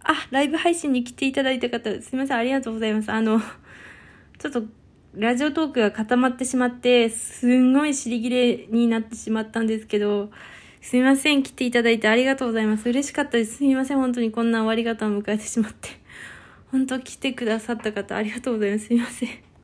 ライブ配信に来ていただいた方、すいません、ありがとうございます。ちょっと、ラジオトークが固まってしまって、すんごい尻切れになってしまったんですけど、すいません、来ていただいてありがとうございます。嬉しかったです。すいません、本当にこんな終わり方を迎えてしまって。本当来てくださった方、ありがとうございます。すいません。